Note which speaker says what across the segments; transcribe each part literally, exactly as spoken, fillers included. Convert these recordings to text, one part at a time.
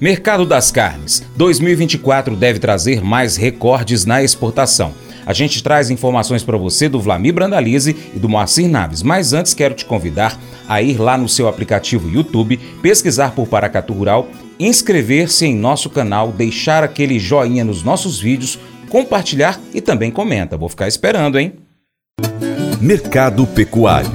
Speaker 1: Mercado das carnes. dois mil e vinte e quatro deve trazer mais recordes na exportação. A gente traz informações para você do Vlamir Brandalize e do Moacir Naves, mas antes quero te convidar a ir lá no seu aplicativo YouTube, pesquisar por Paracatu Rural, inscrever-se em nosso canal, deixar aquele joinha nos nossos vídeos, compartilhar e também comenta. Vou ficar esperando, hein?
Speaker 2: Mercado Pecuário.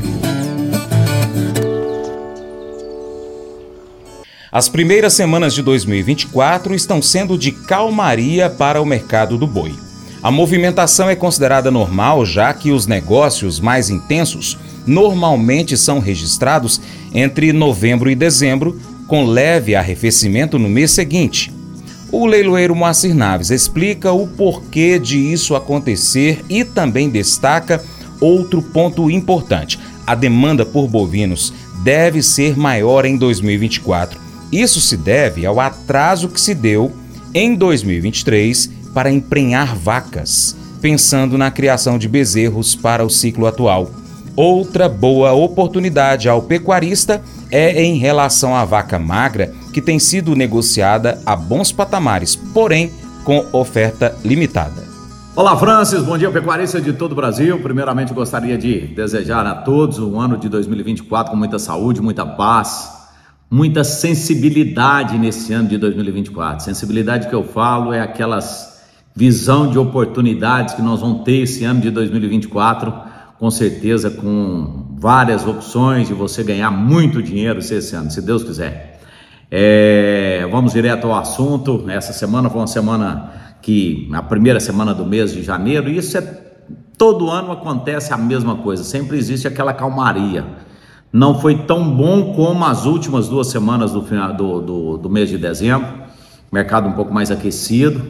Speaker 1: As primeiras semanas de dois mil e vinte e quatro estão sendo de calmaria para o mercado do boi. A movimentação é considerada normal, já que os negócios mais intensos normalmente são registrados entre novembro e dezembro, com leve arrefecimento no mês seguinte. O leiloeiro Moacir Naves explica o porquê de isso acontecer e também destaca outro ponto importante: a demanda por bovinos deve ser maior em dois mil e vinte e quatro. Isso se deve ao atraso que se deu em dois mil e vinte e três para emprenhar vacas, pensando na criação de bezerros para o ciclo atual. Outra boa oportunidade ao pecuarista é em relação à vaca magra, que tem sido negociada a bons patamares, porém com oferta limitada.
Speaker 3: Olá, Francis, bom dia, pecuarista de todo o Brasil. Primeiramente, gostaria de desejar a todos um ano de dois mil e vinte e quatro com muita saúde, muita paz, muita sensibilidade nesse ano de dois mil e vinte e quatro. Sensibilidade que eu falo é aquelas visão de oportunidades que nós vamos ter esse ano de dois mil e vinte e quatro, com certeza com várias opções de você ganhar muito dinheiro esse ano, se Deus quiser. É, vamos direto ao assunto. Essa semana foi uma semana que, a primeira semana do mês de janeiro, e isso é, todo ano acontece a mesma coisa, sempre existe aquela calmaria. Não foi tão bom como as últimas duas semanas do, final, do, do, do mês de dezembro, mercado um pouco mais aquecido,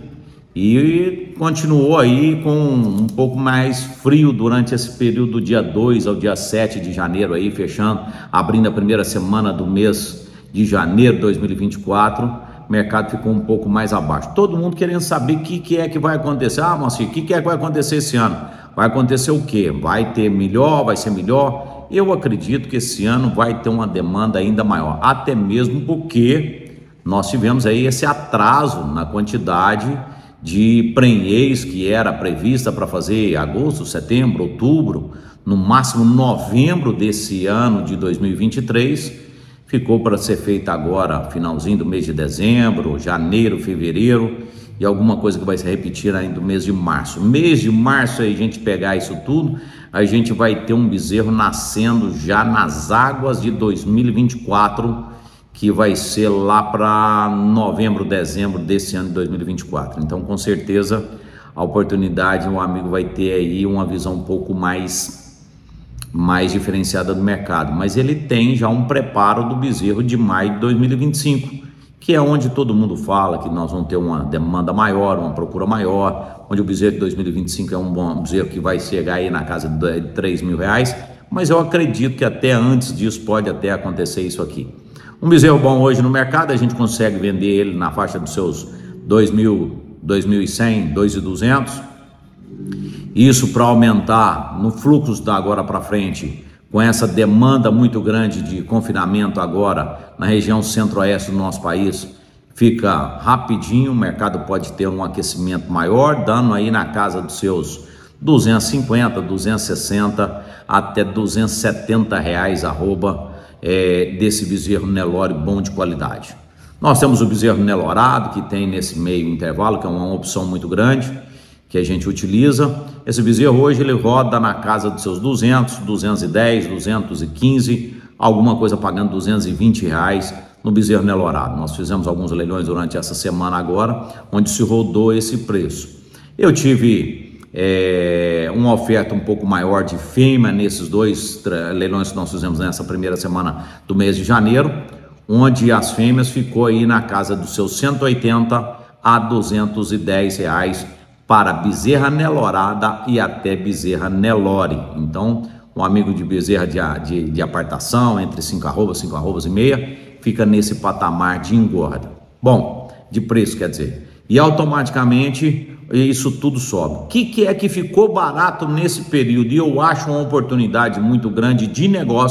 Speaker 3: e continuou aí com um pouco mais frio durante esse período do dia dois ao dia sete de janeiro, aí fechando, abrindo a primeira semana do mês de janeiro de dois mil e vinte e quatro, o mercado ficou um pouco mais abaixo. Todo mundo querendo saber o que, que é que vai acontecer. Ah, Moacir, o que, que é que vai acontecer esse ano? Vai acontecer o quê? Vai ter melhor? Vai ser melhor? Eu acredito que esse ano vai ter uma demanda ainda maior, até mesmo porque nós tivemos aí esse atraso na quantidade de prenhez que era prevista para fazer agosto, setembro, outubro, no máximo novembro desse ano de dois mil e vinte e três, ficou para ser feita agora, finalzinho do mês de dezembro, janeiro, fevereiro, e alguma coisa que vai se repetir ainda no mês de março. Mês de março, aí a gente pegar isso tudo, a gente vai ter um bezerro nascendo já nas águas de dois mil e vinte e quatro, que vai ser lá para novembro, dezembro desse ano de dois mil e vinte e quatro. Então, com certeza, a oportunidade, o amigo vai ter aí uma visão um pouco mais, mais diferenciada do mercado. Mas ele tem já um preparo do bezerro de maio de dois mil e vinte e cinco, que é onde todo mundo fala que nós vamos ter uma demanda maior, uma procura maior, onde o bezerro de dois mil e vinte e cinco é um bom bezerro que vai chegar aí na casa de três mil reais, mas eu acredito que até antes disso pode até acontecer isso aqui. Um bezerro bom hoje no mercado, a gente consegue vender ele na faixa dos seus dois mil, dois mil e cem, dois mil e duzentos. Isso para aumentar no fluxo da agora para frente, com essa demanda muito grande de confinamento agora na região centro-oeste do nosso país, fica rapidinho, o mercado pode ter um aquecimento maior, dando aí na casa dos seus duzentos e cinquenta, duzentos e sessenta até duzentos e setenta reais arroba é, desse bezerro Nelore bom de qualidade. Nós temos o bezerro Nelorado, que tem nesse meio intervalo, que é uma opção muito grande, que a gente utiliza. Esse bezerro hoje ele roda na casa dos seus duzentos, duzentos e dez, duzentos e quinze, alguma coisa pagando duzentos e vinte reais no bezerro Nelorado. Nós fizemos alguns leilões durante essa semana agora, onde se rodou esse preço. Eu tive é, uma oferta um pouco maior de fêmea nesses dois leilões que nós fizemos nessa primeira semana do mês de janeiro, onde as fêmeas ficou aí na casa dos seus cento e oitenta a duzentos e dez reais para bezerra Nelorada e até bezerra Nelore. Então, um amigo de bezerra de, de, de apartação, entre cinco arrobas, cinco arrobas e meia, fica nesse patamar de engorda. Bom, de preço quer dizer. E automaticamente isso tudo sobe. O que, que é que ficou barato nesse período? E eu acho uma oportunidade muito grande de negócio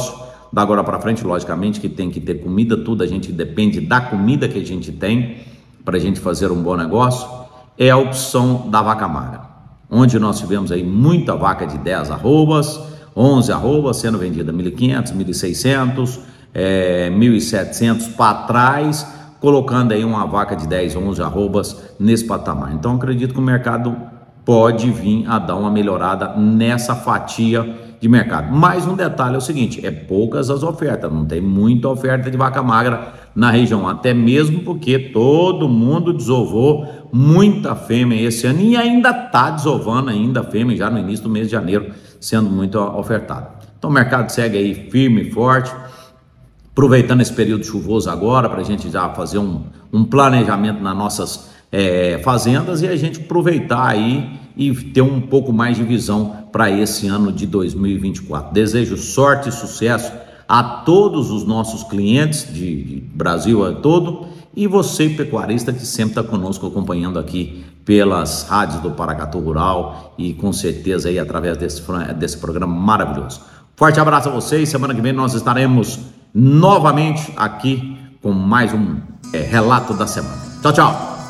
Speaker 3: Da agora para frente, logicamente, que tem que ter comida, tudo a gente depende da comida que a gente tem para a gente fazer um bom negócio, é a opção da vaca magra, onde nós tivemos aí muita vaca de dez arrobas, onze arrobas sendo vendida mil e quinhentos, mil e seiscentos, é, mil e setecentos para trás, colocando aí uma vaca de dez, onze arrobas nesse patamar. Então acredito que o mercado pode vir a dar uma melhorada nessa fatia de mercado. Mais um detalhe é o seguinte, é poucas as ofertas, não tem muita oferta de vaca magra na região, até mesmo porque todo mundo desovou muita fêmea esse ano e ainda está desovando ainda fêmea já no início do mês de janeiro, sendo muito ofertado. Então o mercado segue aí firme e forte, aproveitando esse período chuvoso agora para a gente já fazer um, um planejamento nas nossas é, fazendas e a gente aproveitar aí e ter um pouco mais de visão para esse ano de dois mil e vinte e quatro. Desejo sorte e sucesso a todos os nossos clientes de, de Brasil a todo e você, pecuarista, que sempre está conosco acompanhando aqui pelas rádios do Paracatu Rural e com certeza aí através desse, desse programa maravilhoso. Forte abraço a vocês, semana que vem nós estaremos novamente aqui com mais um é, relato da semana. Tchau, tchau!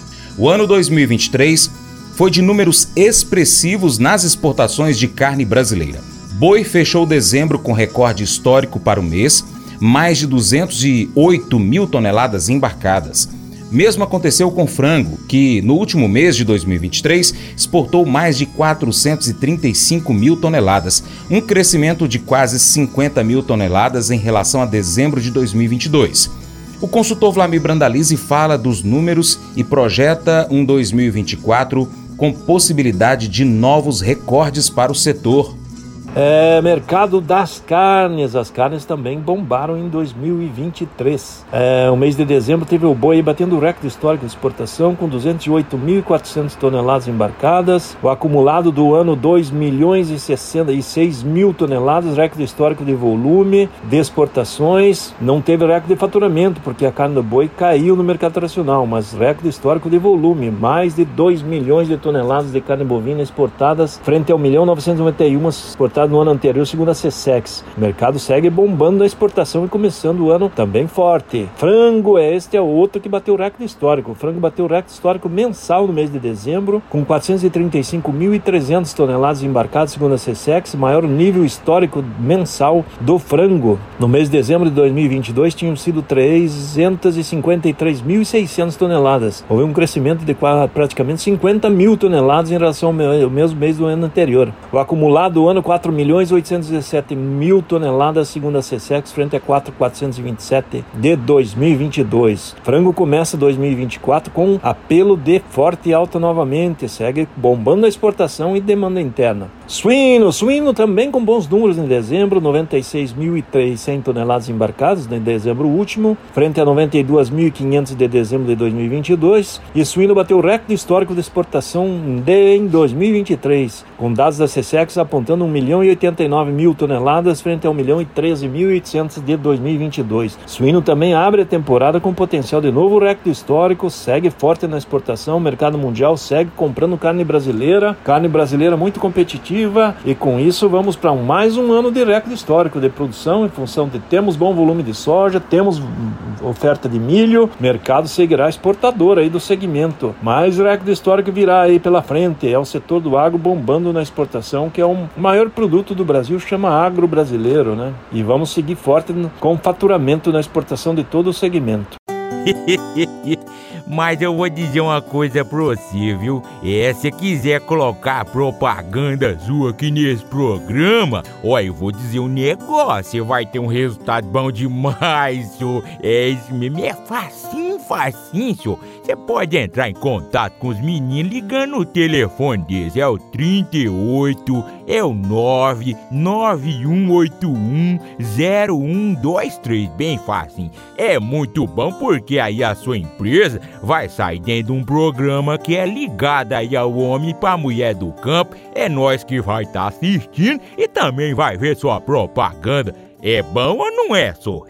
Speaker 1: O ano dois mil e vinte e três foi de números expressivos nas exportações de carne brasileira. Boi fechou dezembro com recorde histórico para o mês, mais de duzentos e oito mil toneladas embarcadas. Mesmo aconteceu com frango, que no último mês de dois mil e vinte e três exportou mais de quatrocentos e trinta e cinco mil toneladas, um crescimento de quase cinquenta mil toneladas em relação a dezembro de dois mil e vinte e dois. O consultor Vlamir Brandalize fala dos números e projeta um dois mil e vinte e quatro com possibilidade de novos recordes para o setor.
Speaker 4: É, mercado das carnes, as carnes também bombaram em dois mil e vinte e três. É, o mês de dezembro teve o boi batendo o recorde histórico de exportação com duzentos e oito mil e quatrocentas toneladas embarcadas. O acumulado do ano dois milhões e sessenta e seis mil toneladas, recorde histórico de volume de exportações. Não teve recorde de faturamento porque a carne do boi caiu no mercado tradicional, mas recorde histórico de volume, mais de dois milhões de toneladas de carne bovina exportadas frente ao um milhão novecentos e noventa e um exportadas no ano anterior, segundo a SESEX. O mercado segue bombando na exportação e começando o ano também forte. Frango, este é outro que bateu o recorde histórico. O frango bateu o recorde histórico mensal no mês de dezembro, com quatrocentos e trinta e cinco mil e trezentas toneladas embarcadas, segundo a SESEX, maior nível histórico mensal do frango. No mês de dezembro de dois mil e vinte e dois, tinham sido trezentos e cinquenta e três mil e seiscentas toneladas. Houve um crescimento de praticamente cinquenta mil toneladas em relação ao mesmo mês do ano anterior. O acumulado do ano, quatro milhões oitocentos e dezessete mil toneladas, segundo a SESEX, frente a quatro mil quatrocentos e vinte e sete de dois mil e vinte e dois. Frango começa dois mil e vinte e quatro com apelo de forte e alta novamente, segue bombando a exportação e demanda interna. Suíno, suíno também com bons números em dezembro, noventa e seis mil e trezentas toneladas embarcadas em dezembro último, frente a noventa e dois mil e quinhentas de dezembro de dois mil e vinte e dois, e suíno bateu o recorde histórico de exportação de, em dois mil e vinte e três, com dados da SESEX apontando um milhão e oitenta e nove mil toneladas frente a um milhão e treze mil e oitocentas de dois mil e vinte e dois. Suíno também abre a temporada com potencial de novo recorde histórico, segue forte na exportação, o mercado mundial segue comprando carne brasileira, carne brasileira muito competitiva, e com isso vamos para mais um ano de recorde histórico de produção, em função de temos bom volume de soja, temos oferta de milho, mercado seguirá exportador aí do segmento, mais recorde histórico virá aí pela frente, é o setor do agro bombando na exportação, que é o maior produto do Brasil, chama agro brasileiro, né? E vamos seguir forte com faturamento na exportação de todo o segmento.
Speaker 5: Mas eu vou dizer uma coisa pra você, viu? É, se quiser colocar propaganda sua aqui nesse programa, ó, eu vou dizer um negócio, você vai ter um resultado bom demais, senhor. É isso mesmo, é facinho, facinho, senhor. Você pode entrar em contato com os meninos ligando no telefone deles, é o trinta e oito, é o nove nove um oito um zero um dois três, bem facinho. É muito bom porque aí a sua empresa vai sair dentro de um programa que é ligado aí ao homem para a mulher do campo. É nós que vai estar tá assistindo e também vai ver sua propaganda. É bom ou não é, só?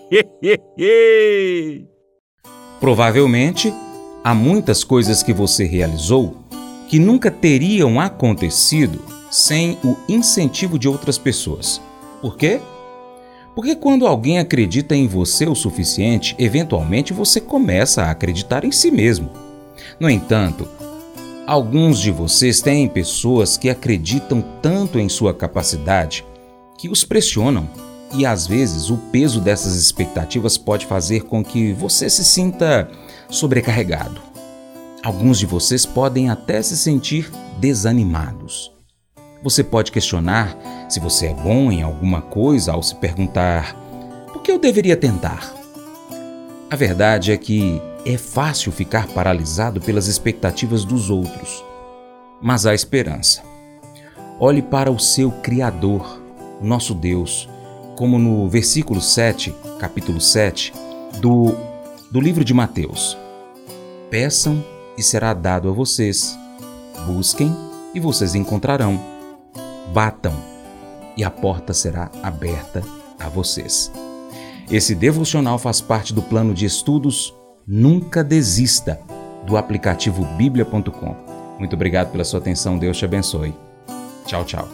Speaker 1: Provavelmente, há muitas coisas que você realizou que nunca teriam acontecido sem o incentivo de outras pessoas. Por quê? Porque quando alguém acredita em você o suficiente, eventualmente você começa a acreditar em si mesmo. No entanto, alguns de vocês têm pessoas que acreditam tanto em sua capacidade que os pressionam, e às vezes o peso dessas expectativas pode fazer com que você se sinta sobrecarregado. Alguns de vocês podem até se sentir desanimados. Você pode questionar se você é bom em alguma coisa ao se perguntar: por que eu deveria tentar? A verdade é que é fácil ficar paralisado pelas expectativas dos outros, mas há esperança. Olhe para o seu Criador, nosso Deus, como no versículo sete, capítulo sete, do, do livro de Mateus. Peçam e será dado a vocês. Busquem e vocês encontrarão. Batam e a porta será aberta a vocês. Esse devocional faz parte do plano de estudos Nunca Desista, do aplicativo bíblia ponto com. Muito obrigado pela sua atenção. Deus te abençoe. Tchau, tchau.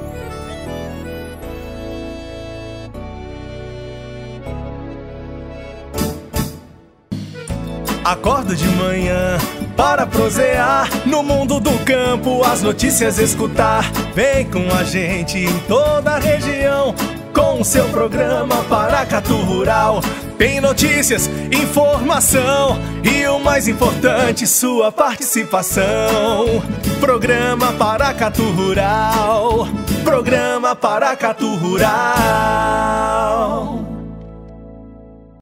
Speaker 6: Acordo de manhã para prosear no mundo do campo, as notícias escutar. Vem com a gente em toda a região com o seu programa Paracatu Rural. Tem notícias, informação e o mais importante, sua participação. Programa Paracatu Rural. Programa Paracatu Rural.